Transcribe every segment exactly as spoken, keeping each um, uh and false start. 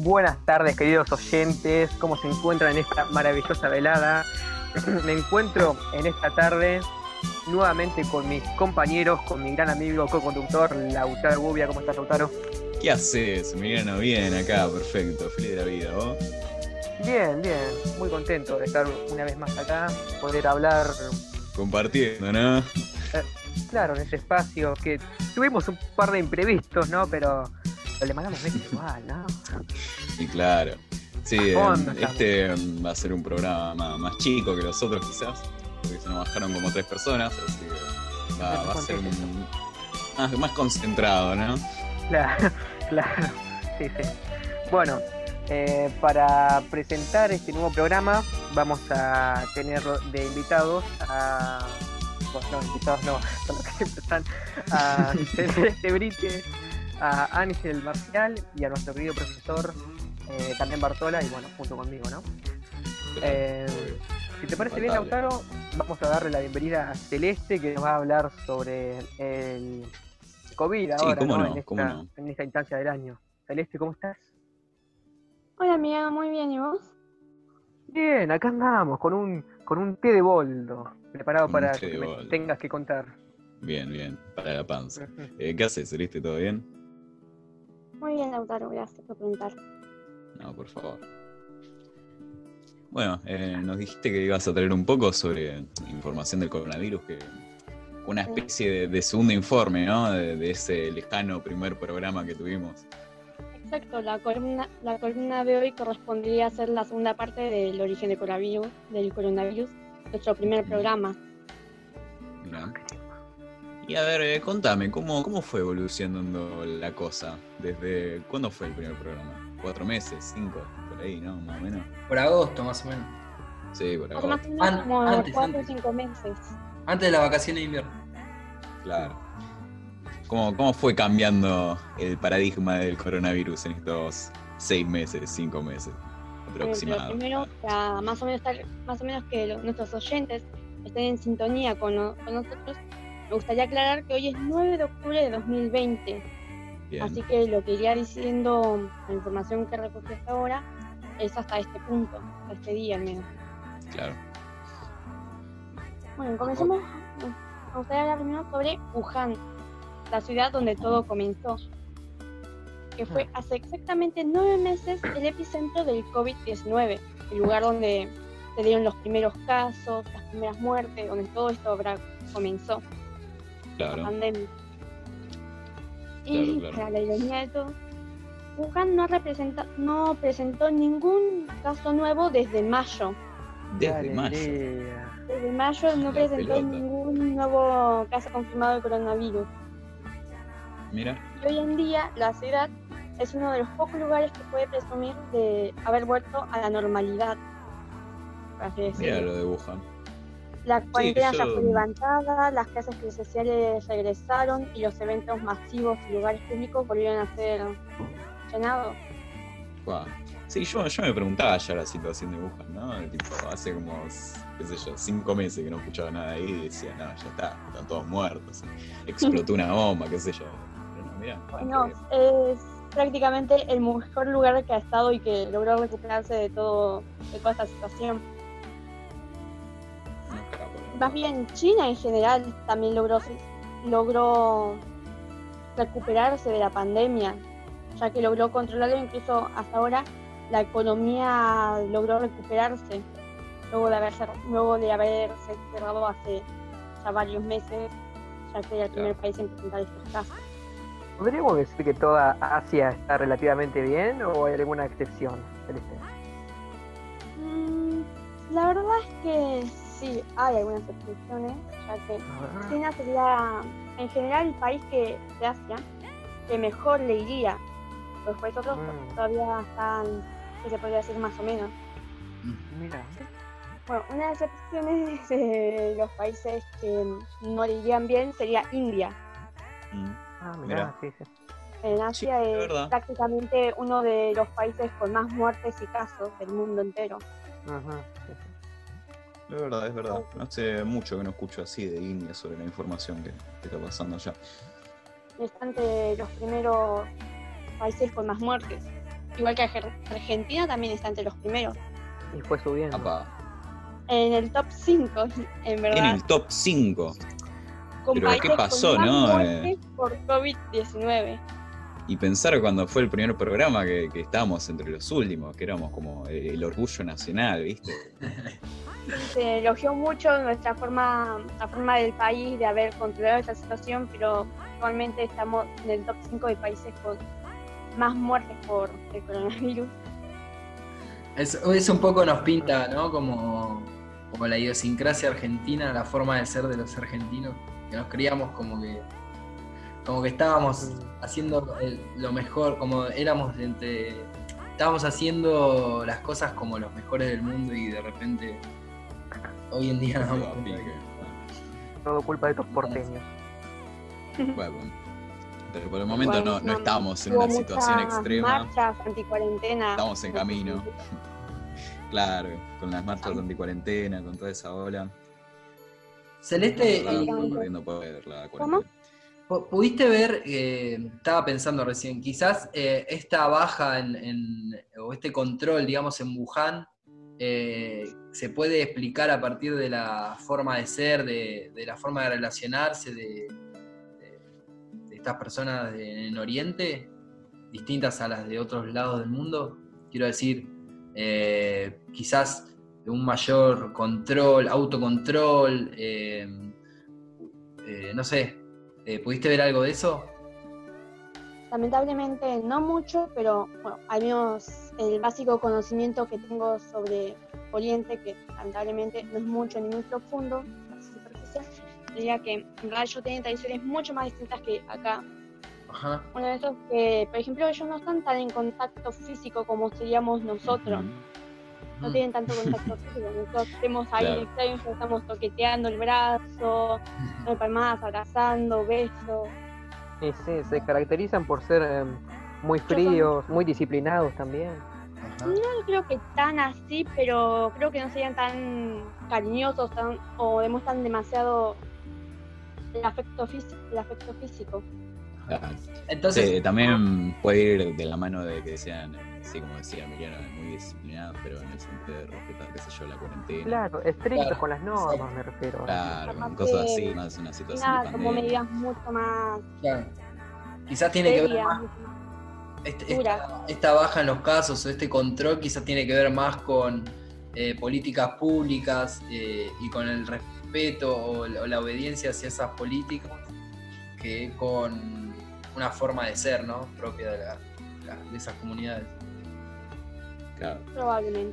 Buenas tardes, queridos oyentes. ¿Cómo se encuentran en esta maravillosa velada? Me encuentro en esta tarde nuevamente con mis compañeros, con mi gran amigo co-conductor, Lautaro Bubia. ¿Cómo estás, Lautaro? ¿Qué haces, Emiliano? Bien, acá, perfecto. Feliz de la vida, ¿vos? Bien, bien. Muy contento de estar una vez más acá, poder hablar, Compartiendo, ¿no? eh, claro, en este espacio que tuvimos un par de imprevistos, ¿no? Pero, pero le mandamos besos igual, ¿no? Y claro. Sí, A eh, fondo estamos. este eh, va a ser un programa más, más chico que los otros, quizás, porque se nos bajaron como tres personas, así que va, va a ser un, más, más concentrado, ¿no? Claro, claro, sí, sí. Bueno, eh, para presentar este nuevo programa vamos a tener de invitados a... Bueno, no, invitados no, son los que siempre están, a Celeste Brite, a Ángel Marcial y a nuestro querido profesor eh, también Bartola, y bueno, junto conmigo, ¿no? Claro, Eh, obvio. si te parece bien, Faltable. Lautaro, vamos a darle la bienvenida a Celeste, que nos va a hablar sobre el COVID Sí, ahora, cómo ¿no? En no, cómo esta, no. en esta instancia del año. Celeste, ¿cómo estás? Hola amiga, muy bien, ¿y vos? Bien, acá andamos con un, con un té de boldo, preparado Con un para té lo que de me bol. tengas que contar. Bien, bien, para la panza. Ujú. Eh, ¿qué haces, Celeste? ¿Todo bien? Muy bien, Lautaro, gracias por preguntar. No, por favor. Bueno, eh, nos dijiste que ibas a traer un poco sobre información del coronavirus, que una Sí. especie de, de segundo informe, ¿no? De, de ese lejano primer programa que tuvimos. Exacto, la columna, la columna de hoy correspondería a ser la segunda parte del origen del coronavirus, del coronavirus, nuestro primer Mm. programa. Mirá. Y a ver, eh, contame, ¿cómo, ¿cómo fue evolucionando la cosa? ¿Desde cuándo fue el primer programa? ¿Cuatro meses? ¿Cinco? Por ahí, ¿no? Más o menos. Por agosto, más o menos. Sí, por Hace más agosto. o menos An- como antes, cuatro o antes. cinco meses. Antes de las vacaciones de invierno. Claro. ¿Cómo, ¿Cómo fue cambiando el paradigma del coronavirus en estos seis meses, cinco meses Bueno, pero aproximados? primero, para más o menos, estar- más o menos que lo- nuestros oyentes estén en sintonía con, no- con nosotros, me gustaría aclarar que hoy es nueve de octubre de dos mil veinte. Bien, Así que lo que iría diciendo, la información que recogí hasta ahora, es hasta este punto, hasta este día al menos. claro. Bueno, comencemos. Me gustaría hablar primero sobre Wuhan, la ciudad donde todo comenzó, que fue hace exactamente nueve meses el epicentro del COVID diecinueve, el lugar donde se dieron los primeros casos, las primeras muertes, donde todo esto habrá- comenzó, la Claro, pandemia. Claro, Y claro. para la ironía de todo, Wuhan no, representa, no presentó ningún caso nuevo desde mayo. desde Qué mayo. alegría. Desde mayo no La presentó pelota. ningún nuevo caso confirmado de coronavirus. Mira, Y hoy en día la ciudad es uno de los pocos lugares que puede presumir de haber vuelto a la normalidad, por así mira decirlo. lo de Wuhan. La cuarentena ya yo- fue levantada, las clases presenciales regresaron y los eventos masivos y lugares públicos volvieron a ser llenados. Guau. Sí, yo, yo me preguntaba ya la situación de Wuhan, ¿no? Tipo, hace como, qué sé yo, cinco meses que no escuchaba nada ahí y decía, no, ya está, están todos muertos. Explotó una bomba, qué sé yo. Pero no, mirá, No, es prácticamente el mejor lugar que ha estado y que logró recuperarse de todo, de toda esta situación. Más bien China en general también logró, logró recuperarse de la pandemia, ya que logró controlarlo. Incluso hasta ahora la economía logró recuperarse luego de haberse, luego de haberse cerrado hace ya varios meses, ya que era el primer Claro. país en presentar estos casos. ¿Podríamos decir que toda Asia está relativamente bien o hay alguna excepción, Celeste? Mm, la verdad es que sí, hay algunas excepciones, ya que China sería en general el país que, de Asia que mejor le iría. Los países otros Mm. todavía están, que se podría decir más o menos. Mira, Bueno, una de las excepciones de los países que no le irían bien sería India. Mm. ah, mira, Mirá. sí, sí. En Sí, Asia es es verdad. prácticamente uno de los países con más muertes y casos del mundo entero. Ujú, sí, sí. Es verdad, es verdad. No hace mucho que no escucho así de India sobre la información que, que está pasando allá. Es entre los primeros países con más muertes. igual que Arge- Argentina también está entre los primeros. Y fue subiendo. Apa, En el top cinco, en en verdad. el top cinco. Con pero países ¿qué pasó, con más no? muertes por COVID diecinueve. Y pensar cuando fue el primer programa que, que estábamos entre los últimos, que éramos como el, el orgullo nacional, ¿viste? Se elogió mucho nuestra forma, la forma del país de haber controlado esta situación, pero actualmente estamos en el top cinco de países con más muertes por el coronavirus. Eso, eso un poco nos pinta, ¿no? Como, como la idiosincrasia argentina, la forma de ser de los argentinos, que nos creíamos como que como que estábamos haciendo el- lo mejor, como éramos entre estábamos haciendo las cosas como los mejores del mundo y de repente hoy en día nos damos cuenta Pique. que- Todo culpa de estos porteños. Bueno, pero por el momento no, no Bueno, estamos en hubo una situación muchas extrema. marchas anticuarentena. Estamos en camino. Claro, con las marchas anticuarentena, con toda esa ola. Celeste, La verdad, y- estoy perdiendo poder la ¿Cómo? cuarentena. pu- ¿pudiste ver, eh, estaba pensando recién, quizás eh, esta baja en, en- o este control, digamos, en Wuhan, eh, se puede explicar a partir de la forma de ser, de, de la forma de relacionarse de, de- de estas personas de- en Oriente, distintas a las de otros lados del mundo? Quiero decir, eh, quizás un mayor control, autocontrol, eh, eh, no sé, eh, ¿pudiste ver algo de eso? Lamentablemente no mucho, pero bueno, al menos el básico conocimiento que tengo sobre Oriente, que lamentablemente no es mucho ni muy profundo, es superficial, diría que en realidad ellos tienen tradiciones mucho más distintas que acá. Ajá. Uno de esos que, por ejemplo, ellos no están tan en contacto físico como seríamos nosotros. No tienen tanto contacto físico. Nosotros tenemos ahí Claro. extraños, estamos toqueteando el brazo, no palmadas, abrazando, besos. Y sí, se caracterizan por ser eh, muy son- fríos, muy disciplinados también. Ajá. No creo que tan así, pero creo que no serían tan cariñosos tan, o demuestran demasiado el afecto físico. El afecto físico. Claro. Entonces, Sí, también puede ir de la mano de que sean, sí, como decía Emiliano, muy disciplinados, pero en el sentido de respetar, qué sé yo, la cuarentena. Claro, estrictos Claro. con las normas, me refiero. Claro, Aparte, cosas así, más una Y situación nada, de como pandemia. medidas mucho más claro, quizás tiene que ver serias, más, mucho más este- duras. esta, esta baja en los casos o este control quizás tiene que ver más con eh, políticas públicas eh, y con el respeto o la, o la obediencia hacia esas políticas que con una forma de ser, ¿no? Propia de, la- la- de esas comunidades. Claro. Probablemente.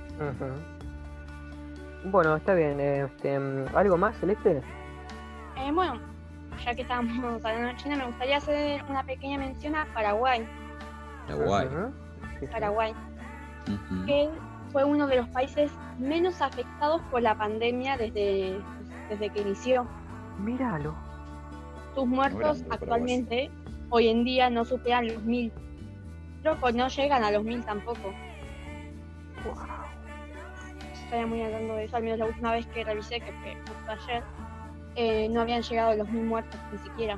Ujú. Bueno, está bien. Este, ¿algo más, Celeste? Eh, bueno, ya que estábamos hablando de China, me gustaría hacer una pequeña mención a Paraguay. Paraguay. Ujú. Sí, sí. Paraguay, Ujú. que fue uno de los países menos afectados por la pandemia desde, desde que inició. Míralo. Sus muertos grande, Paraguay. actualmente, hoy en día, no superan los mil. Creo que no llegan a los mil tampoco. Wow. Estaría muy hablando de eso, al menos la última vez que revisé, que fue justo ayer, eh, no habían llegado a los mil muertos ni siquiera.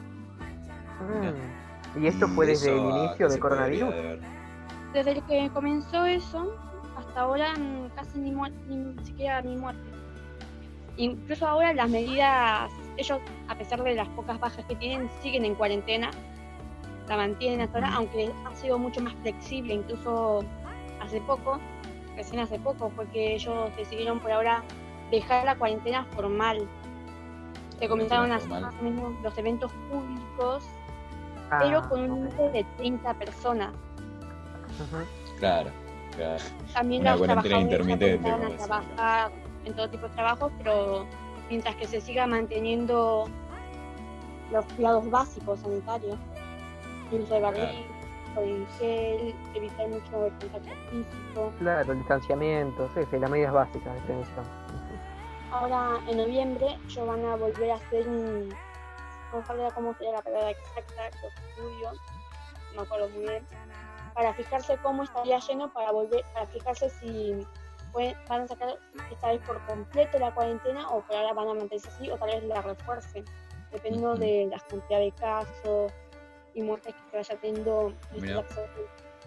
Mm. ¿Y esto fue ¿Y desde el eso a inicio qué de se podría coronavirus? deber? Desde que comenzó eso, hasta ahora mm, casi ni, muer- ni siquiera ni muerte. Incluso ahora las medidas, ellos, a pesar de las pocas bajas que tienen, siguen en cuarentena, la mantienen hasta ahora, Ujú. aunque ha sido mucho más flexible. Incluso hace poco, recién hace poco, fue que ellos decidieron por ahora dejar la cuarentena formal. Se comenzaron a hacer formal. más o menos los eventos públicos, Ah, pero con un ok. límite de treinta personas. Ujú. Claro, claro. También Una los cuarentena trabajadores ya intermitente, comenzaron a como decía. trabajar en todo tipo de trabajos, pero mientras que se siga manteniendo los cuidados básicos sanitarios, el uso de barbijo, el gel, evitar mucho el contacto físico. Claro, el distanciamiento, sí, sí, las medidas básicas de prevención. Ujú. Ahora en noviembre ellos van a volver a hacer un, no sabía cómo sería la palabra exacta, creo que estudio, no me acuerdo muy bien, para fijarse cómo estaría lleno, para volver, para fijarse si pueden- van a sacar esta vez por completo la cuarentena o por ahora van a mantenerse así o tal vez la refuercen, dependiendo Ujú. de la cantidad de casos y muertes que se vaya teniendo en este Mirá. lapso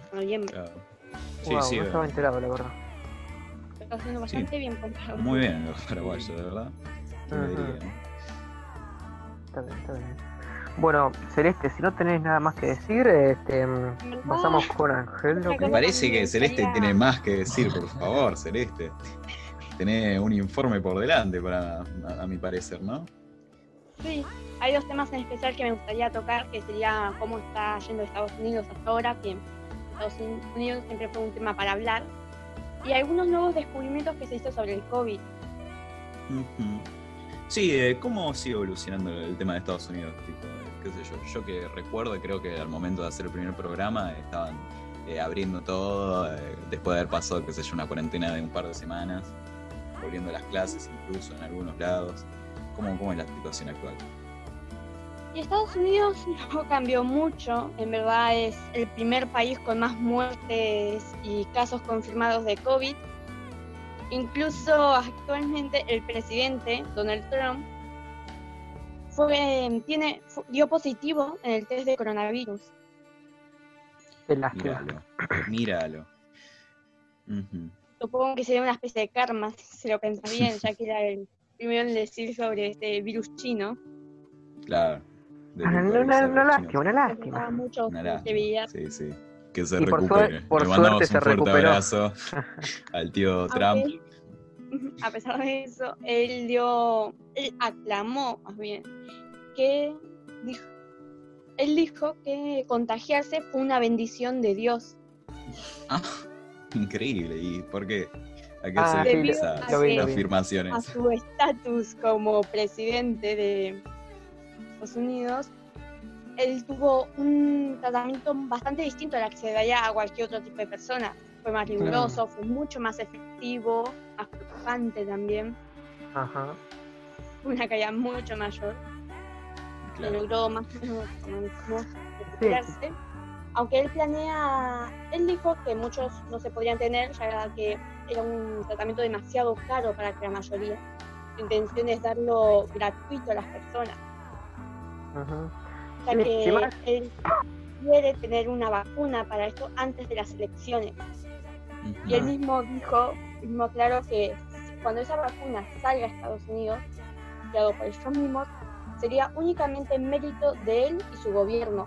noviembre. Claro. Sí, Wow, sí, no estaba enterado, la verdad. Está haciendo bastante bien comprado. muy bien los paraguayos, de verdad. ¿Quién lo Ujú. diría, no? Está bien, está bien. Bueno, Celeste, si no tenés nada más que decir, este, mm, pasamos con Ángel. Otra ¿ok? Me cosa parece también que Celeste estaría- tiene más que decir, por favor, Celeste. Tenés un informe por delante, para, a, a mi parecer, ¿no? Sí, hay dos temas en especial que me gustaría tocar, que sería cómo está yendo Estados Unidos hasta ahora, que Estados Unidos siempre fue un tema para hablar, y algunos nuevos descubrimientos que se hizo sobre el COVID. Ujú. Sí, eh, ¿cómo sigue evolucionando el tema de Estados Unidos? Tipo, eh, qué sé yo, yo que recuerdo, y creo que al momento de hacer el primer programa eh, estaban eh, abriendo todo, eh, después de haber pasado, qué sé yo, una cuarentena de un par de semanas, volviendo a las clases incluso en algunos lados. ¿Cómo, cómo es la situación actual? Y Estados Unidos no cambió mucho, en verdad es el primer país con más muertes y casos confirmados de COVID. Incluso actualmente el presidente, Donald Trump, fue, tiene, fu- dio positivo en el test de coronavirus. Qué lástima. Míralo, míralo. Ujú. Supongo que sería una especie de karma, si se lo pensás bien, ya que era el primero en decir sobre este virus chino. Claro, de Ah, no, no, virtualizar una los chinos. lástima, una Se lástima. pensaba mucho Una que lástima. veía, Sí, sí. Que se Y por recupere. suer- por Le suerte mandamos se un fuerte recuperó. abrazo al tío Trump. aunque a pesar de eso, él dio, él aclamó más bien, que dijo, él dijo que contagiarse fue una bendición de Dios, Ah, increíble. ¿Y por qué? ¿A qué Ah, se sí, deben debido esas a lo vi, lo que vi. a afirmaciones? su estatus como presidente de Estados Unidos, él tuvo un tratamiento bastante distinto a la que se daría a cualquier otro tipo de persona. Fue más riguroso, fue mucho más efectivo, más preocupante también, Ajá. fue una caída mucho mayor, y Claro. logró más o menos, como decimos, recuperarse. Aunque él planea, él dijo que muchos no se podrían tener, ya que era un tratamiento demasiado caro para que la mayoría. Su intención es darlo gratuito a las personas, Ujú. ya Sí, que sí, más- él quiere tener una vacuna para esto antes de las elecciones. Y él Ujú. mismo dijo, mismo aclaró que cuando esa vacuna salga a Estados Unidos, creado por ellos mismos, sería únicamente mérito de él y su gobierno.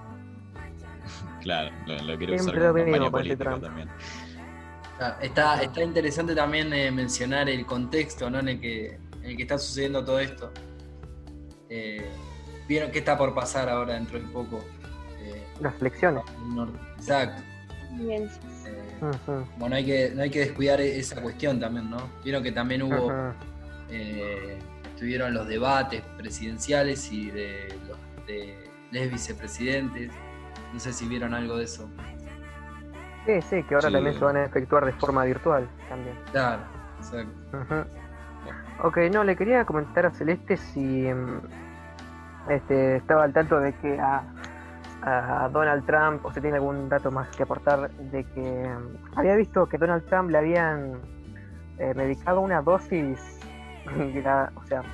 Claro, lo, lo quiero usar Siempre lo como campaña mismo con ese política Trump. también. Ah, Está, está interesante también eh, mencionar el contexto, ¿no? en, el que, en el que está sucediendo todo esto. Eh, Vieron qué está por pasar ahora dentro de poco. Eh, Las elecciones. en el norte. Exacto. Bien, Eh, Ujú, bueno, hay que, no hay que descuidar esa cuestión también, ¿no? Vieron que también hubo, ujú. eh, estuvieron los debates presidenciales y de los de les vicepresidentes. No sé si vieron algo de eso. Sí, sí, que ahora Sí. también se van a efectuar de forma virtual también. Claro, exacto. Ujú. Ok, no, le quería comentar a Celeste si mm, este, estaba al tanto de que a, a Donald Trump, o si tiene algún dato más que aportar, de que mm, había visto que Donald Trump le habían eh, medicado una dosis, gra- o sea,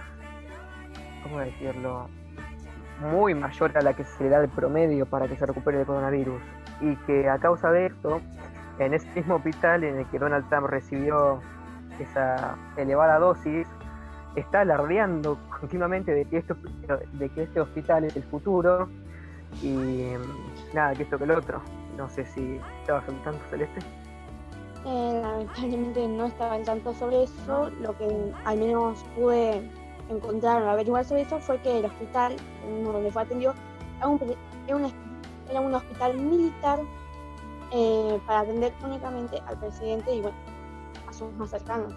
¿cómo decirlo? Muy mayor a la que se le da el promedio para que se recupere del coronavirus. Y que a causa de esto, en ese mismo hospital en el que Donald Trump recibió esa elevada dosis, está alardeando continuamente de que, esto, de que este hospital es el futuro y mm, nada, que esto que el otro. No sé si estabas al tanto, Celeste. Eh, lamentablemente no estaba al tanto sobre eso. Lo que al menos pude encontrar o averiguar sobre eso fue que el hospital en donde fue atendido era un, pre- era un, era un hospital militar eh, para atender únicamente al presidente y bueno, a sus más cercanos.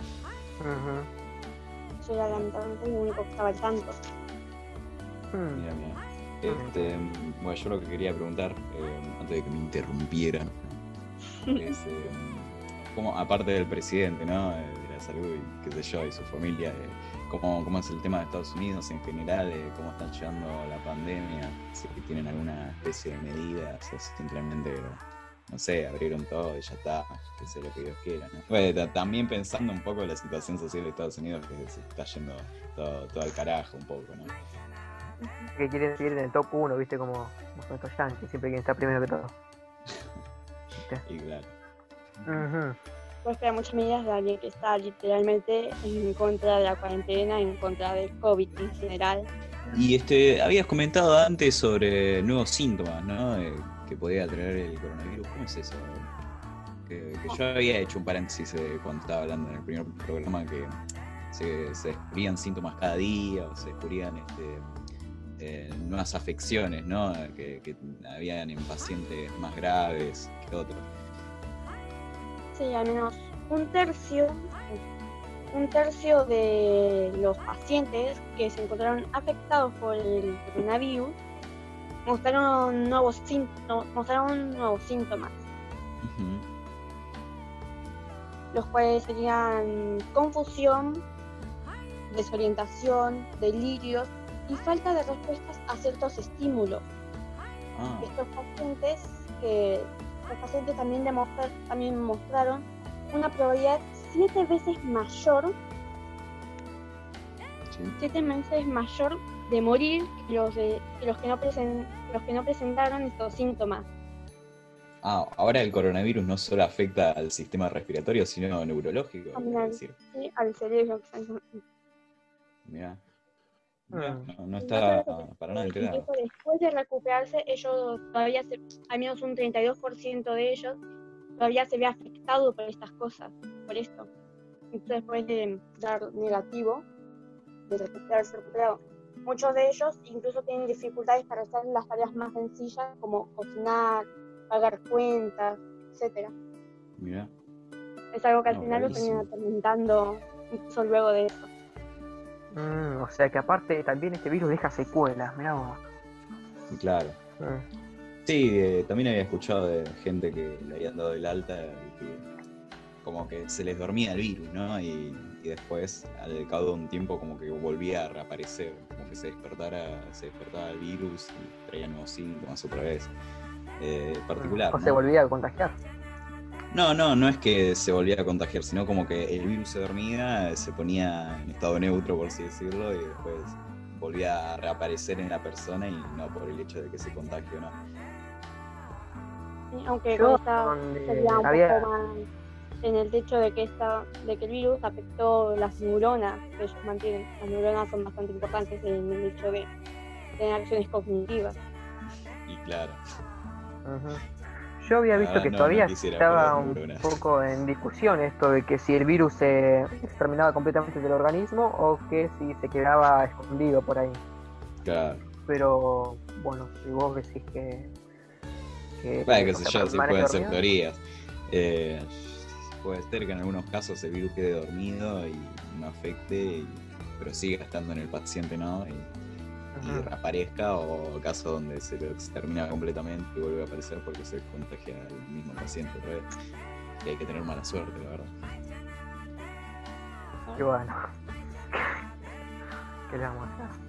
Ujú. Eso era lamentablemente lo único que estaba al tanto. Mm. Mira, mira. Este, bueno, yo lo que quería preguntar, eh, antes de que me interrumpieran, es eh, cómo, aparte del presidente, ¿no? Eh, de la salud y qué sé yo, y su familia, eh, cómo, cómo es el tema de Estados Unidos en general, eh, cómo están llevando la pandemia, si tienen alguna especie de medidas, o si simplemente, no sé, abrieron todo y ya está, que sea lo que Dios quiera, ¿no? Bueno, ta- también pensando un poco en la situación social de Estados Unidos, que se está yendo todo, todo al carajo un poco, ¿no? Que quieren seguir en el top uno, viste, como, como son estos yankees, siempre quieren estar primero que todo. ¿viste? Y claro. Ujú. Puede esperar muchas medidas de alguien que está literalmente en contra de la cuarentena, en contra del COVID en general. Y este, habías comentado antes sobre nuevos síntomas, ¿no? Eh, que podía traer el coronavirus. ¿Cómo es eso? Que, que yo había hecho un paréntesis eh, cuando estaba hablando en el primer programa que se, se descubrían síntomas cada día o se descubrían este, eh, nuevas afecciones, ¿no? Que, que habían en pacientes más graves que otros. Sí, al menos un tercio, un tercio de los pacientes que se encontraron afectados por el coronavirus mostraron nuevos síntomas, mostraron nuevos síntomas, Uh-huh. los cuales serían confusión, desorientación, delirios y falta de respuestas a ciertos estímulos. Ah, Estos pacientes que los pacientes también, demostra, también mostraron una probabilidad siete veces mayor, sí. siete veces mayor de morir que los, de, que los, que no presen, los que no presentaron estos síntomas. Ah, ahora el coronavirus no solo afecta al sistema respiratorio, sino neurológico, También es al, decir. sí, al cerebro. Mirá. Mirá, Mm. no, no Y estaba no solo que- para nada enterado. Incluso después de recuperarse, ellos todavía, se, al menos un treinta y dos por ciento de ellos, todavía se ve afectado por estas cosas, por esto. Entonces, después de dar negativo, de recuperarse recuperado, muchos de ellos incluso tienen dificultades para hacer las tareas más sencillas, como cocinar, pagar cuentas, etcétera. Mirá. Es algo que al No, final lo termina bravísimo. atormentando incluso luego de eso. Mm, o sea que aparte también este virus deja secuelas, mirá vos. Claro. Mm. Sí, eh, también había escuchado de gente que le habían dado el alta y que como que se les dormía el virus, ¿no? Y, y después, al cabo de un tiempo, como que volvía a reaparecer, como que se despertara, se despertaba el virus y traía nuevos síntomas otra vez. Eh, particular, O ¿no? se volvía a contagiar. No, no, no es que se volviera a contagiar, sino como que el virus se dormía, se ponía en estado neutro, por así decirlo, y después volvía a reaparecer en la persona y no por el hecho de que se contagie o no. Sí, aunque Yo con esta donde sería un había- poco más en el hecho de que esta, de que el virus afectó las neuronas que ellos mantienen. Las neuronas son bastante importantes en el hecho de tener acciones cognitivas. Y claro, Ujú. Yo había visto Ah, que no, todavía no quisiera estaba perder un neuronas. poco en discusión esto de que si el virus se exterminaba completamente del organismo o que si se quedaba escondido por ahí. claro. Pero bueno, si vos decís que... que Bueno, qué o sé sea, yo, sí permanece pueden ser dormido. teorías. Eh, puede ser que en algunos casos el virus quede dormido y no afecte, y- pero siga estando en el paciente, ¿no? Y, y Ujú. reaparezca, o casos donde se lo extermina completamente y vuelve a aparecer porque se contagia al mismo paciente otra vez. Y hay que tener mala suerte, la verdad. Y bueno, ¿qué le vamos a hacer?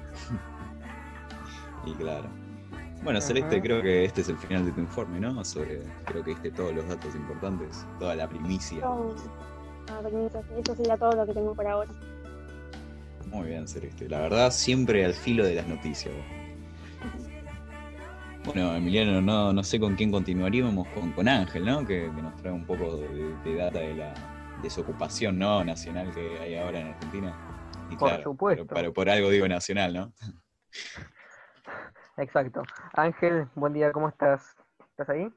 Y claro. Bueno, Celeste, Ajá. creo que este es el final de tu informe, ¿no? Sobre, creo que diste todos los datos importantes, toda la primicia. Son- ah, permiso, eso sería todo lo que tengo por ahora. Muy bien, Celeste. La verdad, siempre al filo de las noticias. vos. Bueno, Emiliano, no, no sé con quién continuaríamos, con, con Ángel, ¿no? Que, que nos trae un poco de, de data de la desocupación, ¿no? Nacional que hay ahora en Argentina. Y Por claro, supuesto. pero- pero por algo digo nacional, ¿no? Exacto. Ángel, buen día, ¿cómo estás? ¿Estás ahí?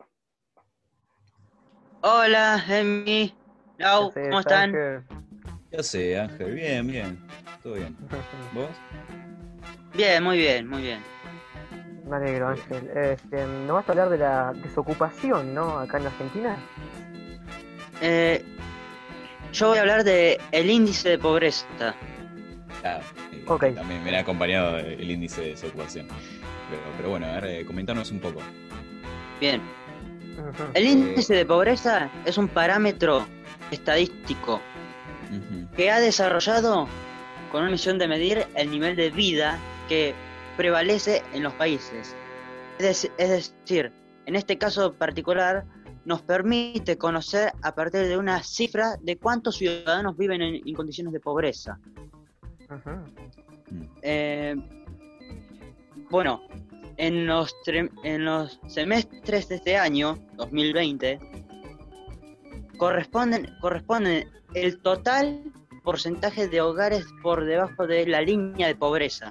Hola, Emi, Lau, ¿Qué haces, ¿cómo están? Ángel? Ya sé, Ángel, bien, bien. Todo bien. ¿Vos? Bien, muy bien, muy bien. Me alegro, Ángel. Este, nos vas a hablar de la desocupación, ¿no? Acá en Argentina. Eh, yo voy a hablar de el índice de pobreza. Ah, y- Ok. y también me ha acompañado el índice de desocupación. Pero, pero bueno, a ver, eh, comentarnos un poco. Bien, Ujú. el índice de pobreza es un parámetro estadístico Ujú. que ha desarrollado con una misión de medir el nivel de vida que prevalece en los países. Es, dec- es decir, en este caso particular, nos permite conocer a partir de una cifra de cuántos ciudadanos viven en, en condiciones de pobreza. Ujú. Mm. Eh, bueno, en los, tre- en los semestres de este año, dos mil veinte, corresponden, corresponden el total porcentaje de hogares por debajo de la línea de pobreza,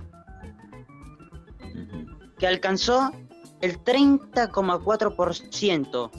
Ujú. que alcanzó el treinta coma cuatro por ciento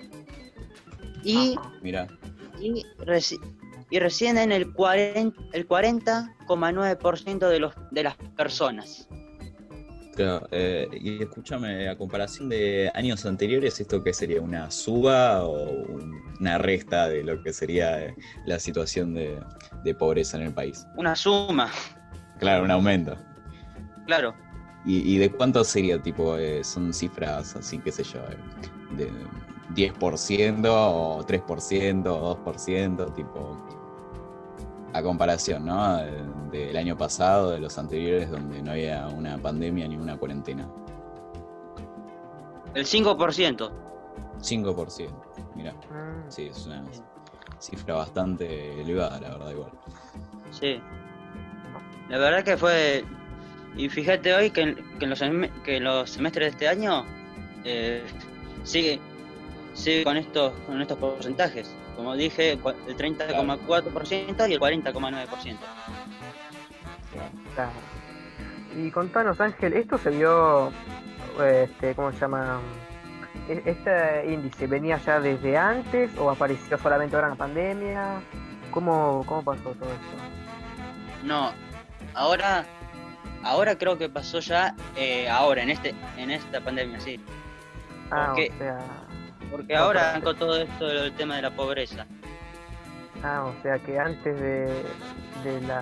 y, Mirá, y, reci- y recién en el cuarenta el cuarenta coma nueve por ciento de, los, de las personas. claro, eh, y escúchame, a comparación de años anteriores, ¿esto qué sería? ¿Una suba o un- una resta de lo que sería eh, la situación de, de pobreza en el país? Una suma, Claro, un aumento. claro. ¿Y, y de cuánto sería? Tipo, eh, son cifras así, qué sé yo, eh, de diez por ciento o tres por ciento o dos por ciento, tipo, a comparación, ¿no? Eh, Del año pasado, de los anteriores, donde no había una pandemia ni una cuarentena. El cinco por ciento. cinco por ciento, mira, Mm. sí, es una cifra bastante elevada, la verdad, igual. Sí. La verdad que fue... Y fíjate hoy que en, que en, los, sem- que en los semestres de este año eh, sigue, sigue con estos con estos porcentajes. Como dije, cua- el treinta coma cuatro por ciento y el cuarenta coma nueve por ciento. Claro. Y contanos, Ángel, ¿esto se vio, este, ¿cómo se llama? ¿E- ¿Este índice venía ya desde antes o apareció solamente ahora en la pandemia? ¿Cómo, cómo pasó todo esto? No, ahora ahora creo que pasó ya eh, ahora en este en esta pandemia, sí. Ah, Porque- o sea, Porque No, ahora pero- con todo esto del tema de la pobreza. ah, o sea que antes de, de la,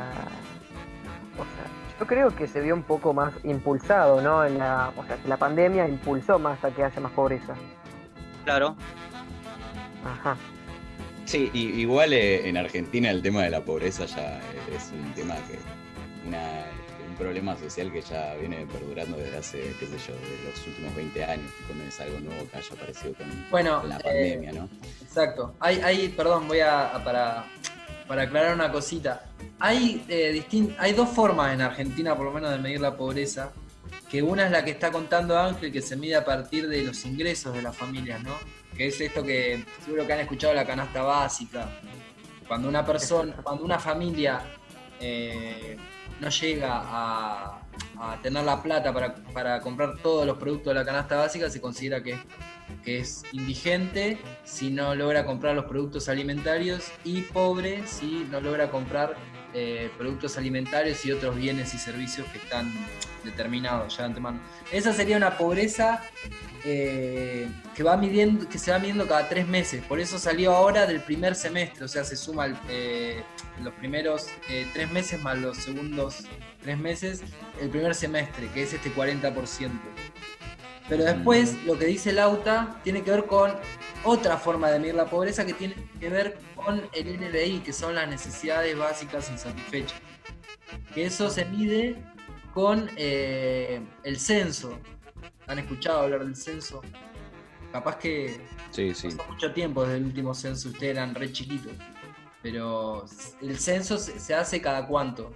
o sea, yo creo que se vio un poco más impulsado, ¿no? En la, o sea, que la pandemia impulsó más a que haya más pobreza. Claro, Ajá. Sí, y, igual eh, en Argentina el tema de la pobreza ya es un tema que, una, un problema social que ya viene perdurando desde hace, qué sé yo, de los últimos veinte años, tipo, no es algo nuevo que haya aparecido con, Bueno, con la eh, pandemia, ¿no? Exacto. Hay, hay, perdón, voy a, a- para, para aclarar una cosita. Hay, eh, distin- hay dos formas en Argentina, por lo menos, de medir la pobreza. Que una es la que está contando Ángel, que se mide a partir de los ingresos de las familias, ¿no? Que es esto que seguro que han escuchado, la canasta básica. Cuando una persona, cuando una familia eh, no llega a, a tener la plata para, para comprar todos los productos de la canasta básica, se considera que, que es indigente si no logra comprar los productos alimentarios y pobre si no logra comprar eh, productos alimentarios y otros bienes y servicios que están determinados ya de antemano. Esa sería una pobreza eh, que va midiendo, que se va midiendo cada tres meses. Por eso salió ahora del primer semestre, o sea, se suma el, eh, los primeros eh, tres meses más los segundos tres meses, el primer semestre, que es este cuarenta por ciento. Pero después lo que dice Lauta tiene que ver con otra forma de medir la pobreza que tiene que ver con el N B I, que son las necesidades básicas insatisfechas. Que eso se mide con eh, el censo. ¿Han escuchado hablar del censo? Capaz que Sí, sí. pasó mucho tiempo desde el último censo, ustedes eran re chiquitos. Pero el censo se se hace cada cuánto.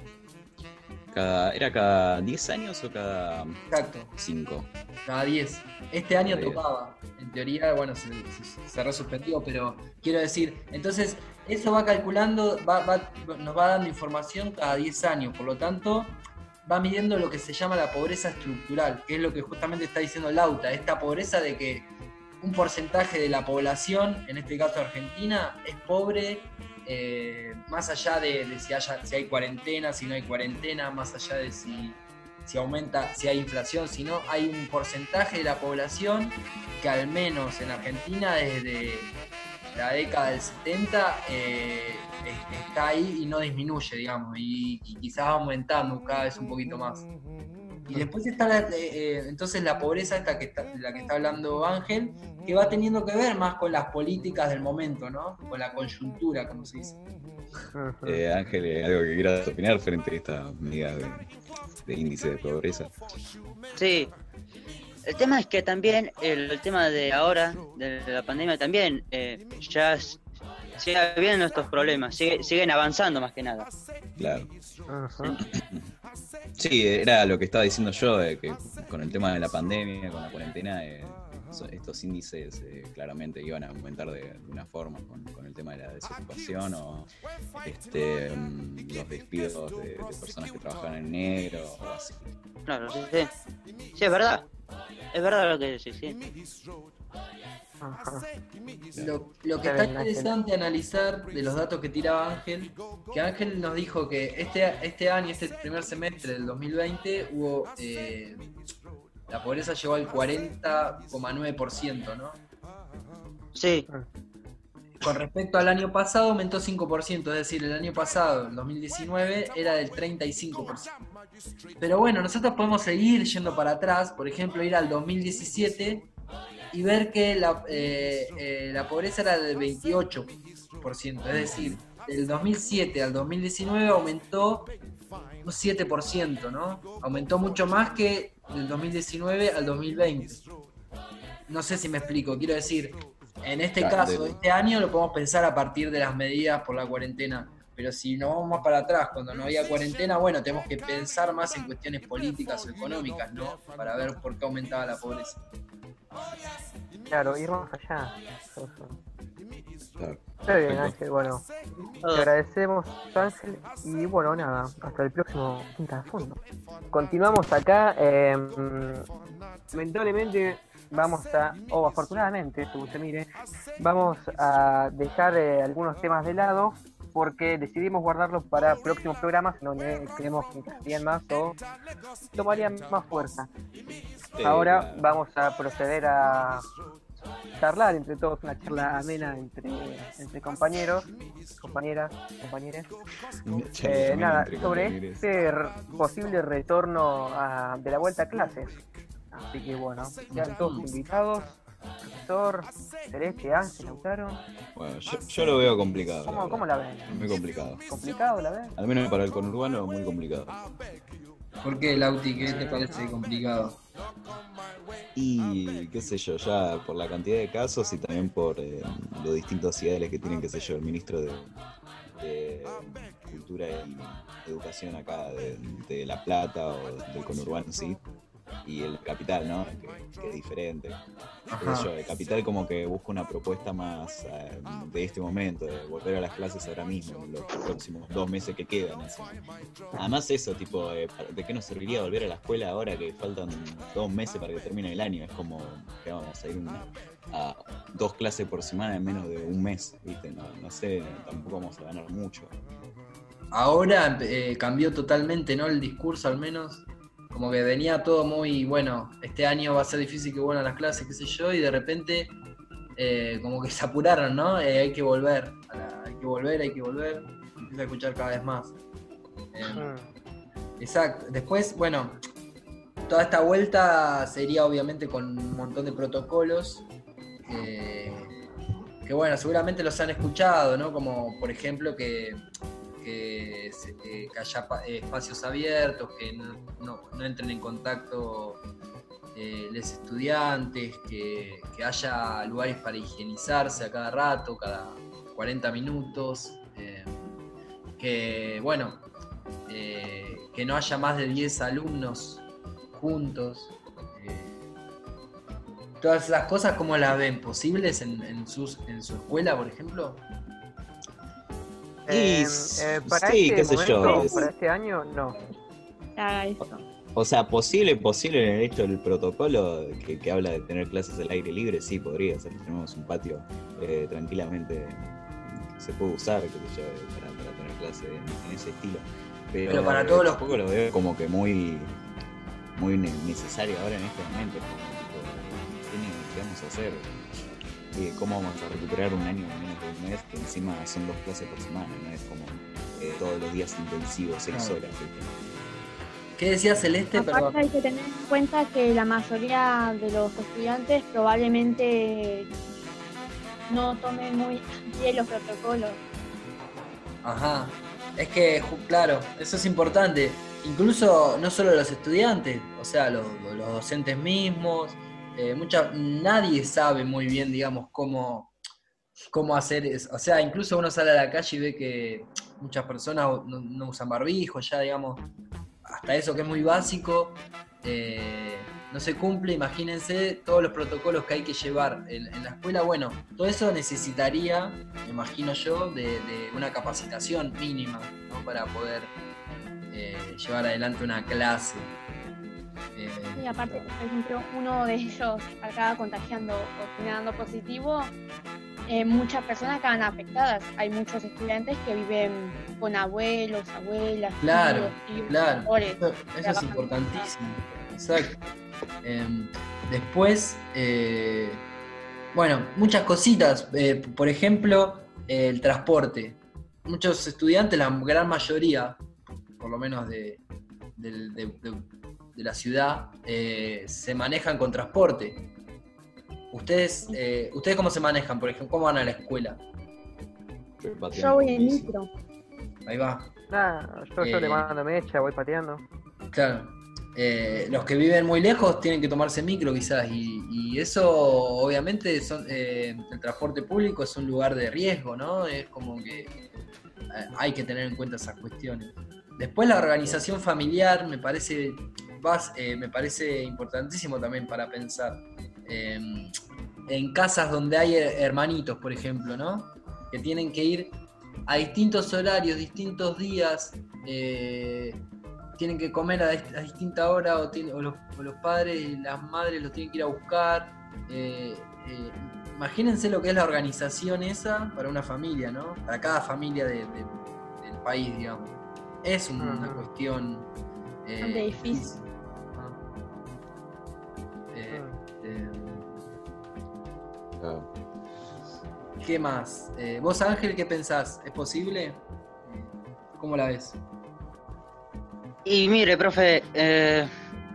Cada, ¿Era cada diez años o cada Exacto. cinco? Cada diez. Este año Cada diez. tocaba. En teoría, bueno, se, se, se resuspendió, pero quiero decir, entonces, eso va calculando, va, va, nos va dando información cada diez años. Por lo tanto, va midiendo lo que se llama la pobreza estructural, que es lo que justamente está diciendo Lauta. Esta pobreza de que un porcentaje de la población, en este caso Argentina, es pobre. Eh, más allá de, de si, haya, si hay cuarentena, si no hay cuarentena, más allá de si, si aumenta, si hay inflación, si no, hay un porcentaje de la población que al menos en Argentina desde la década del setenta eh, es- está ahí y no disminuye, digamos, y, y quizás va aumentando cada vez un poquito más. Y después está la, eh, eh, entonces la pobreza esta que está, de la que está hablando Ángel, que va teniendo que ver más con las políticas del momento, ¿no? Con la coyuntura, como se dice. Ujú. Eh, Ángel, ¿eh, ¿algo que quieras opinar frente a esta medida de, de índice de pobreza? sí. El tema es que también el, el tema de ahora, de la pandemia, también eh, ya s- sigue habiendo estos problemas, sigue- siguen avanzando más que nada. Claro. Ujú. Sí, era lo que estaba diciendo yo, de que con el tema de la pandemia, con la cuarentena, eh, so- estos índices eh, claramente iban a aumentar de, de una forma con, con el tema de la desocupación o este, mm, los despidos de, de personas que trabajan en negro o así. Claro, sí, sí. Sí, es verdad. Es verdad lo que decís, sí. Ajá. Lo, lo que Está está bien, Ángel. interesante analizar de los datos que tiraba Ángel, que Ángel nos dijo que este, este año, este primer semestre del dos mil veinte, hubo eh, la pobreza llegó al cuarenta coma nueve por ciento, ¿no? Sí, Con respecto al año pasado aumentó cinco por ciento, es decir, el año pasado, el dos mil diecinueve, era del treinta y cinco por ciento. Pero bueno, nosotros podemos seguir yendo para atrás, por ejemplo, ir al dos mil diecisiete y ver que la, eh, eh, la pobreza era del veintiocho por ciento, es decir, del dos mil siete al dos mil diecinueve aumentó un siete por ciento, ¿no? Aumentó mucho más que del dos mil diecinueve al dos mil veinte. No sé si me explico, quiero decir, en este Claro, caso, de- este año lo podemos pensar a partir de las medidas por la cuarentena, pero si nos vamos más para atrás, cuando no había cuarentena, bueno, tenemos que pensar más en cuestiones políticas o económicas, ¿no? Para ver por qué aumentaba la pobreza. Claro, ir más allá. Claro. Está bien, Perfecto. Ángel, bueno. Te todo. agradecemos, Ángel, y bueno, nada, hasta el próximo Quinta de Fondo. Continuamos acá. eh, lamentablemente vamos a, o afortunadamente, según se mire, vamos a dejar eh, algunos temas de lado porque decidimos guardarlos para próximos programas en donde creemos que encajarían más o tomarían más fuerza. Sí, Ahora claro. vamos a proceder a charlar entre todos, una charla amena entre, entre compañeros, compañeras, compañeros. Charla Eh, amena nada, entre sobre compañeros. este r- posible retorno a- de la vuelta a clases. Así que bueno, quedan todos invitados. Profesor, Celeste, Ángel, Lautaro. Bueno, yo, yo lo veo complicado. la ¿Cómo, verdad. cómo la ven? Muy complicado. ¿Complicado la ven? Al menos para el conurbano, muy complicado. ¿Por qué, Lauti? ¿Qué te parece complicado? Y qué sé yo, ya por la cantidad de casos y también por eh, los distintos ideales que tienen, qué sé yo, el ministro de, de Cultura y Educación acá de, de La Plata o del conurbano, sí. Y el Capital, ¿no? Que, que es diferente. Qué sé Ajá. yo, el Capital como que busca una propuesta más eh, de este momento, de volver a las clases ahora mismo, en los próximos dos meses que quedan. Así. Además eso, tipo, eh, ¿de qué nos serviría volver a la escuela ahora que faltan dos meses para que termine el año? Es como que vamos a ir una- a dos clases por semana en menos de un mes, ¿viste? No, no sé, tampoco vamos a ganar mucho. Ahora eh, cambió totalmente, ¿no? El discurso al menos. Como que venía todo muy, bueno, este año va a ser difícil que vuelvan las clases, qué sé yo, y de repente eh, como que se apuraron, ¿no? Eh, hay que volver, a la- hay que volver, hay que volver. Empieza a escuchar cada vez más. Eh, Mm. exacto. Después, bueno, toda esta vuelta sería obviamente con un montón de protocolos. eh, que bueno, seguramente los han escuchado, ¿no? Como por ejemplo que que, se- eh, que haya pa- eh, espacios abiertos, que no, no- no entren en contacto eh, los estudiantes, que, que haya lugares para higienizarse a cada rato, cada cuarenta minutos, eh, que bueno, eh, que no haya más de diez alumnos juntos. eh. Todas esas cosas, ¿cómo las ven? ¿Posibles en, en, sus, en su escuela, por ejemplo? Y Eh, s- eh, para sí, este qué sé yo, momento, es- para este año, no. Haga eso. O sea, posible, posible en el hecho del protocolo que, que habla de tener clases al aire libre, sí, podría ser. Tenemos un patio eh, tranquilamente que se puede usar, que sé yo, para, para tener clases en, en ese estilo. Pero, Pero para eh, todos los- tampoco lo veo como que muy, muy ne- necesario ahora en este momento. Como, tipo, ¿qué, ne- qué vamos a hacer? Eh, ¿Cómo vamos a recuperar un año en menos de un mes? Que encima son dos clases por semana, no es como eh, todos los días intensivos, seis Claro. horas. ¿viste? ¿Qué decía Celeste? Aparte Perdón. hay que tener en cuenta que la mayoría de los estudiantes probablemente no tomen muy bien los protocolos. Ajá. Es que, ju- claro, eso es importante. Incluso no solo los estudiantes, o sea, los, los docentes mismos. eh, mucha, nadie sabe muy bien, digamos, cómo, cómo hacer eso. O sea, incluso uno sale a la calle y ve que muchas personas no, no usan barbijo, ya, digamos. hasta eso que es muy básico, eh, no se cumple. Imagínense todos los protocolos que hay que llevar en, en la escuela. Bueno, todo eso necesitaría, me imagino yo, de, de una capacitación mínima, ¿no? Para poder eh, llevar adelante una clase. Eh, Y aparte, por ejemplo, uno de ellos acaba contagiando o dando positivo, eh, muchas personas quedan afectadas. Hay muchos estudiantes que viven con abuelos, abuelas, Claro, tíos, tíos, claro, tutores, eso, eso es trabajan. importantísimo. Exacto. Eh, después, eh, bueno, muchas cositas. Eh, por ejemplo, eh, el transporte. Muchos estudiantes, la gran mayoría, por lo menos de, de- de- de- de la ciudad, eh, se manejan con transporte. ¿Ustedes, eh, ¿Ustedes cómo se manejan, por ejemplo? ¿Cómo van a la escuela? Yo pateando Yo voy con en bici. micro. Ahí va. Nada, yo, yo Eh, le mando mecha, voy pateando. Claro. Eh, los que viven muy lejos tienen que tomarse micro quizás y, y eso obviamente son, eh, el transporte público es un lugar de riesgo, ¿no? Es como que eh, hay que tener en cuenta esas cuestiones. Después la organización familiar me parece, vas, eh, me parece importantísimo también para pensar. Eh, en casas donde hay hermanitos, por ejemplo, ¿no? Que tienen que ir a distintos horarios, distintos días, eh, tienen que comer a, dist- a distinta hora, o, tiene- o los, o los padres y las madres los tienen que ir a buscar. Eh, eh, imagínense lo que es la organización esa para una familia, ¿no? Para cada familia de- de- del país, digamos. Es un- una Ujú. cuestión eh, Bastante difícil. ¿no? Eh, Mm. eh, Claro. ¿Qué más? Eh, vos, Ángel, ¿qué pensás? ¿Es posible? Eh, ¿Cómo la ves? Y mire, profe, eh,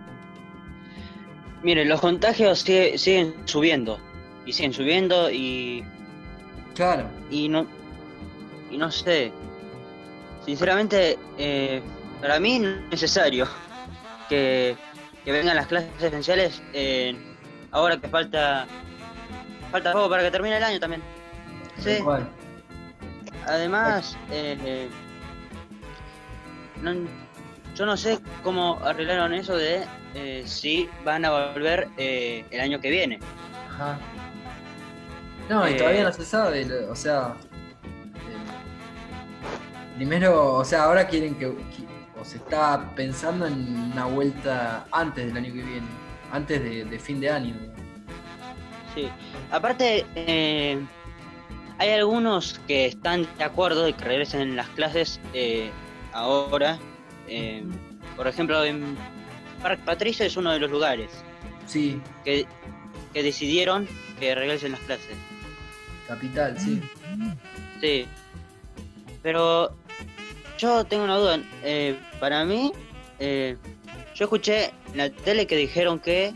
mire, los contagios sigue- siguen subiendo. Y siguen subiendo y, Claro, y no y no sé. Sinceramente, eh, para mí no es necesario que, que vengan las clases esenciales eh, ahora que falta falta poco para que termine el año también. Sí. tal cual. Además, eh, eh, no- yo no sé cómo arreglaron eso de eh, si van a volver eh, el año que viene. Ajá. No, y Eh, todavía no se sabe, lo- o sea. eh, primero, o sea, ahora quieren que, que- o se está pensando en una vuelta antes del año que viene, antes de, de fin de año. Sí. Aparte, eh, hay algunos que están de acuerdo de que regresen las clases eh, ahora. Eh, por ejemplo, en Parque Patricio es uno de los lugares Sí, que, que decidieron que regresen las clases. capital, sí. Sí. Pero yo tengo una duda. Eh, para mí, eh, yo escuché en la tele que dijeron que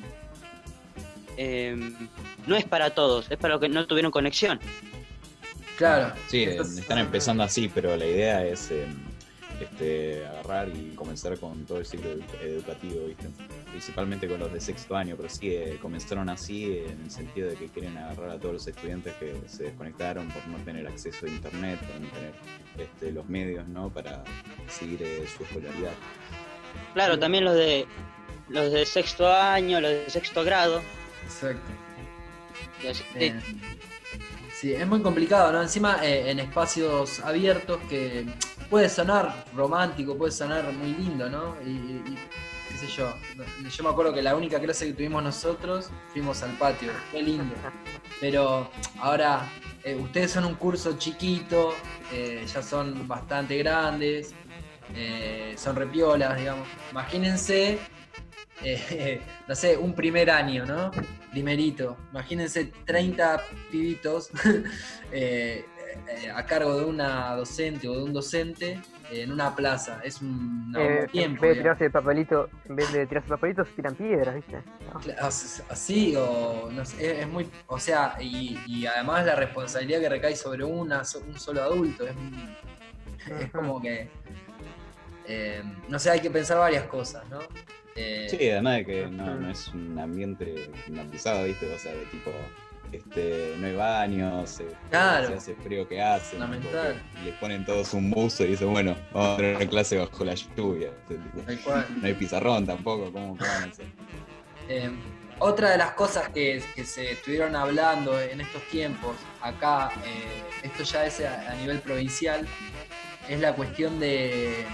eh, no es para todos, es para los que no tuvieron conexión. Claro. Sí, Eso eh, es- están empezando así, pero la idea es eh, este, agarrar y comenzar con todo el ciclo edu- educativo, ¿viste? Principalmente con los de sexto año, pero sí, eh, comenzaron así en el sentido de que quieren agarrar a todos los estudiantes que se desconectaron por no tener acceso a internet, por no tener este, los medios, ¿no? Para seguir eh, su escolaridad. Claro, también los de los de sexto año, los de sexto grado. Exacto. y así. Eh, sí, es muy complicado, ¿no? Encima eh, en espacios abiertos que puede sonar romántico, puede sonar muy lindo, ¿no? Y, y- qué sé yo. Yo me acuerdo que la única clase que tuvimos nosotros fuimos al patio, fue lindo. Pero ahora eh, ustedes son un curso chiquito, eh, ya son bastante grandes, eh, son repiolas, digamos. Imagínense, eh, no sé, un primer año, ¿no? Primerito. Imagínense treinta pibitos eh, eh, a cargo de una docente o de un docente eh, en una plaza. Es un un Eh, en tiempo. vez de digamos. tirarse el papelito, en vez de tirarse papelitos, se tiran piedras, ¿viste? No. Cla- as- Así o no sé, es, es muy, o sea, y, y además la responsabilidad que recae sobre una, so- un solo adulto, es, muy- es Ujú. como que, eh, no sé, hay que pensar varias cosas, ¿no? Eh, Sí, además de que no, no es un ambiente climatizado, ¿viste? O sea, de tipo, este, no hay baños, eh, Claro. se hace frío que hace, Fundamental. tipo, les ponen todos un buzo y dicen, bueno, vamos a tener clase bajo la lluvia. Este, tipo, Tal cual. no hay pizarrón tampoco, ¿cómo, cómo van a hacer? Eh, otra de las cosas que, que se estuvieron hablando en estos tiempos, acá, eh, esto ya es a, a nivel provincial, es la cuestión de,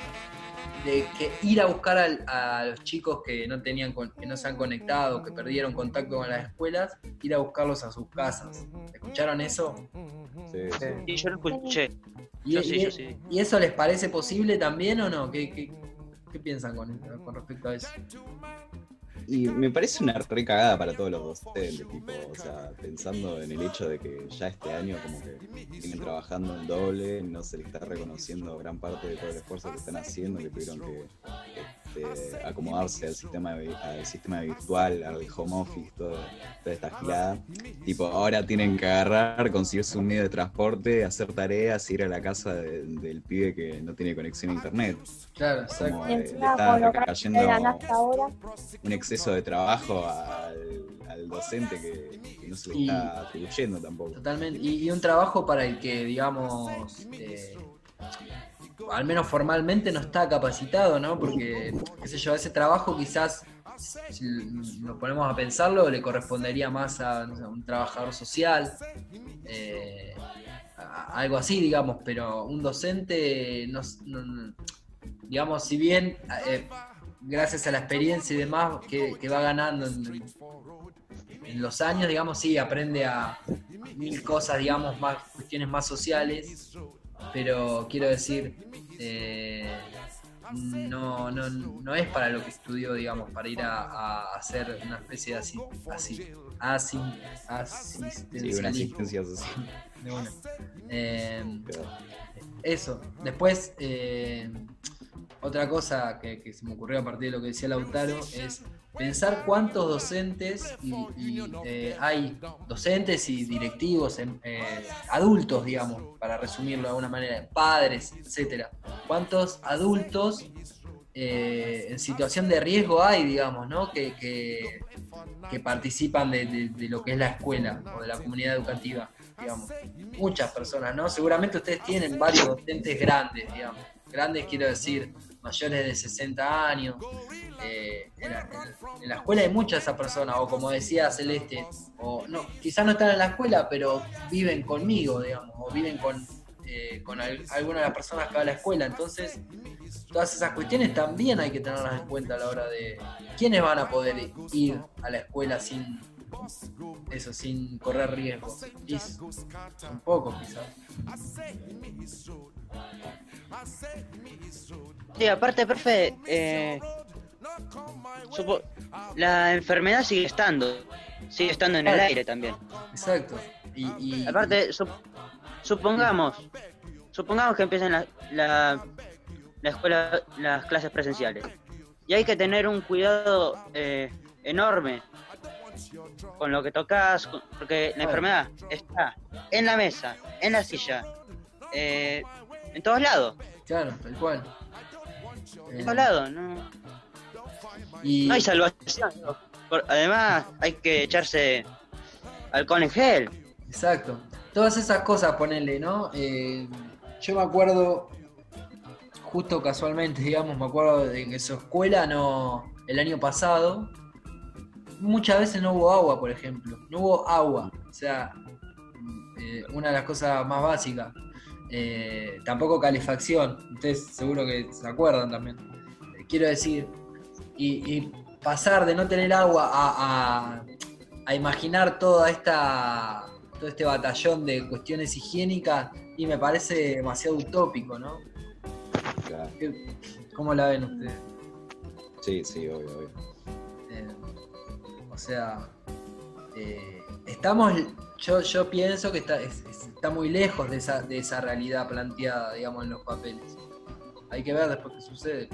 de que ir a buscar al- a, los chicos que no tenían con- que no se han conectado, que perdieron contacto con las escuelas, ir a buscarlos a sus casas. ¿Escucharon eso? Sí, Sí. sí. Y yo lo escuché. Y, Yo sí, y- yo sí. ¿y eso les parece posible también o no? ¿Qué, qué, qué piensan con, con respecto a eso? Y me parece una re cagada para todos los docentes, tipo, o sea, pensando en el hecho de que ya este año como que vienen trabajando en doble, no se les está reconociendo gran parte de todo el esfuerzo que están haciendo, que tuvieron que este, acomodarse al sistema vi- al sistema virtual, al home office, todo, toda esta gilada. Tipo, ahora tienen que agarrar, conseguirse un medio de transporte, hacer tareas, ir a la casa de- del pibe que no tiene conexión a internet. Claro, exacto. Como Y eh, le encima está con lo que recayendo eran hasta ahora, un exceso de trabajo al, al docente que, que no se le Y- está atribuyendo tampoco. Totalmente. Y, y un trabajo para el que, digamos, eh, al menos formalmente no está capacitado, ¿no? Porque, qué sé yo, ese trabajo quizás, si nos ponemos a pensarlo, le correspondería más a, no sé, a un trabajador social, eh, a- algo así, digamos, pero un docente, no, no- no- digamos, si bien, eh, gracias a la experiencia y demás que, que va ganando en, en los años, digamos, sí, aprende a mil cosas, digamos, más cuestiones más sociales, pero quiero decir, eh, no, no, no es para lo que estudió, digamos, para ir a, a hacer una especie de así, así, así, Sí, una asistencialismo. asistencia social. De una. Eh, Pero, eso. Después, eh, otra cosa que, que se me ocurrió a partir de lo que decía Lautaro es pensar cuántos docentes y, y, eh, hay docentes y directivos, em, eh, adultos, digamos, para resumirlo de alguna manera, padres, etcétera. ¿Cuántos adultos eh, en situación de riesgo hay, digamos, ¿no? que, que, que participan de, de- de lo que es la escuela o de la comunidad educativa, digamos? Muchas personas, ¿no? Seguramente ustedes tienen varios docentes grandes, digamos. Grandes quiero decir, mayores de sesenta años. Eh, en, la, en la escuela hay muchas de esas personas, o como decía Celeste, o no, quizás no están en la escuela, pero viven conmigo, digamos, o viven con, eh, con al- alguna de las personas que va a la escuela. Entonces, todas esas cuestiones también hay que tenerlas en cuenta a la hora de quiénes van a poder ir a la escuela sin eso, sin correr riesgos. Y son pocos quizás. Sí, aparte, profe, eh, supo- la enfermedad sigue estando, sigue estando en el Claro. aire también. Exacto. Y, y- Aparte, sup- supongamos, supongamos que empiecen la, la, la escuela, las clases presenciales. Y hay que tener un cuidado eh, enorme con lo que tocas, con- porque la enfermedad está en la mesa, en la silla, eh, en todos lados, claro, tal cual. en Eh, todos lados, no, y, no hay salvación. ¿no? Por- además, hay que echarse alcohol en gel. Exacto. Todas esas cosas, ponele, ¿no? Eh, yo me acuerdo, justo casualmente, digamos, me acuerdo de que en su escuela no, el año pasado, muchas veces no hubo agua, por ejemplo. No hubo agua. O sea, eh, una de las cosas más básicas. Eh, tampoco calefacción. Ustedes seguro que se acuerdan también. Eh, quiero decir, y, y pasar de no tener agua a, a, a imaginar toda esta todo este batallón de cuestiones higiénicas, y me parece demasiado utópico, ¿no? claro. ¿Qué- ¿Cómo la ven ustedes? Sí, sí, obvio, obvio. Eh, o sea, eh, estamos, yo, yo pienso que está, es- es- está muy lejos de esa, de esa realidad planteada, digamos, en los papeles. Hay que ver después qué sucede.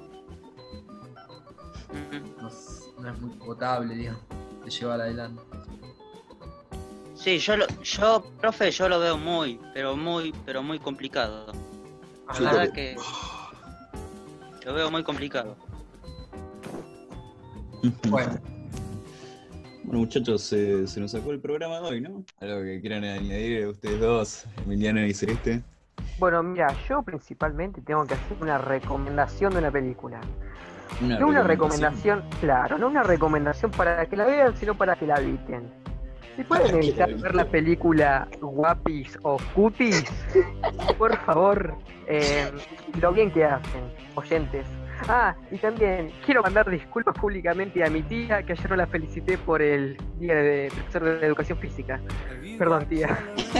No, es- no es muy potable, digamos, de llevar adelante. Sí, yo, lo, yo, profe, yo lo veo muy, pero muy, pero muy complicado. La Ajá. verdad que lo veo muy complicado. Bueno, Bueno, muchachos, se, se nos sacó el programa de hoy, ¿no? Algo que quieran añadir ustedes dos, Emiliano y Celeste. Bueno, mira, yo principalmente tengo que hacer una recomendación de una película. Una No una recomendación, claro, no una recomendación para que la vean, sino para que la eviten. Si pueden Para que la evitar eviten. ver la película Guapis o Cutis, por favor, eh, lo bien que hacen, oyentes. Ah, y también quiero mandar disculpas públicamente a mi tía, que ayer no la felicité por el día de profesor de educación física. Perdón, tía.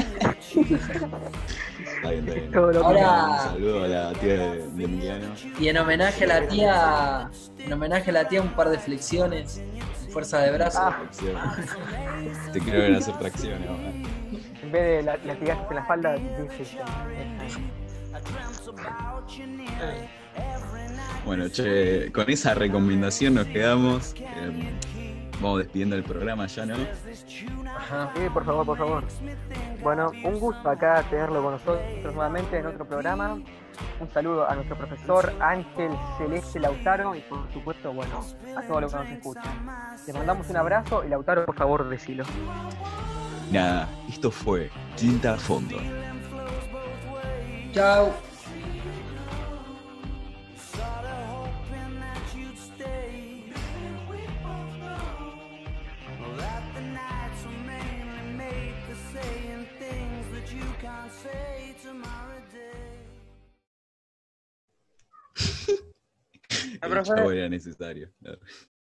Está bien, está bien. Todo lo que- Ahora- Un saludo a la tía de, de Emiliano. Y en homenaje a la tía, en homenaje a la tía, un par de flexiones, fuerza de brazo. Ah. Tracción. Te quiero ver hacer tracción ahora. En vez de la- latigazos en la espalda, dice Bueno, che, con esa recomendación nos quedamos. Eh, vamos despidiendo el programa ya, ¿no? Ajá. Sí, por favor, por favor. Bueno, un gusto acá tenerlo con nosotros nuevamente en otro programa. Un saludo a nuestro profesor Ángel Celeste Lautaro y por supuesto, bueno, a todos los que nos escuchan. Les mandamos un abrazo y Lautaro, por favor, decilo. Nada, esto fue Quinta a Fondo. Chao. El chavo era necesario.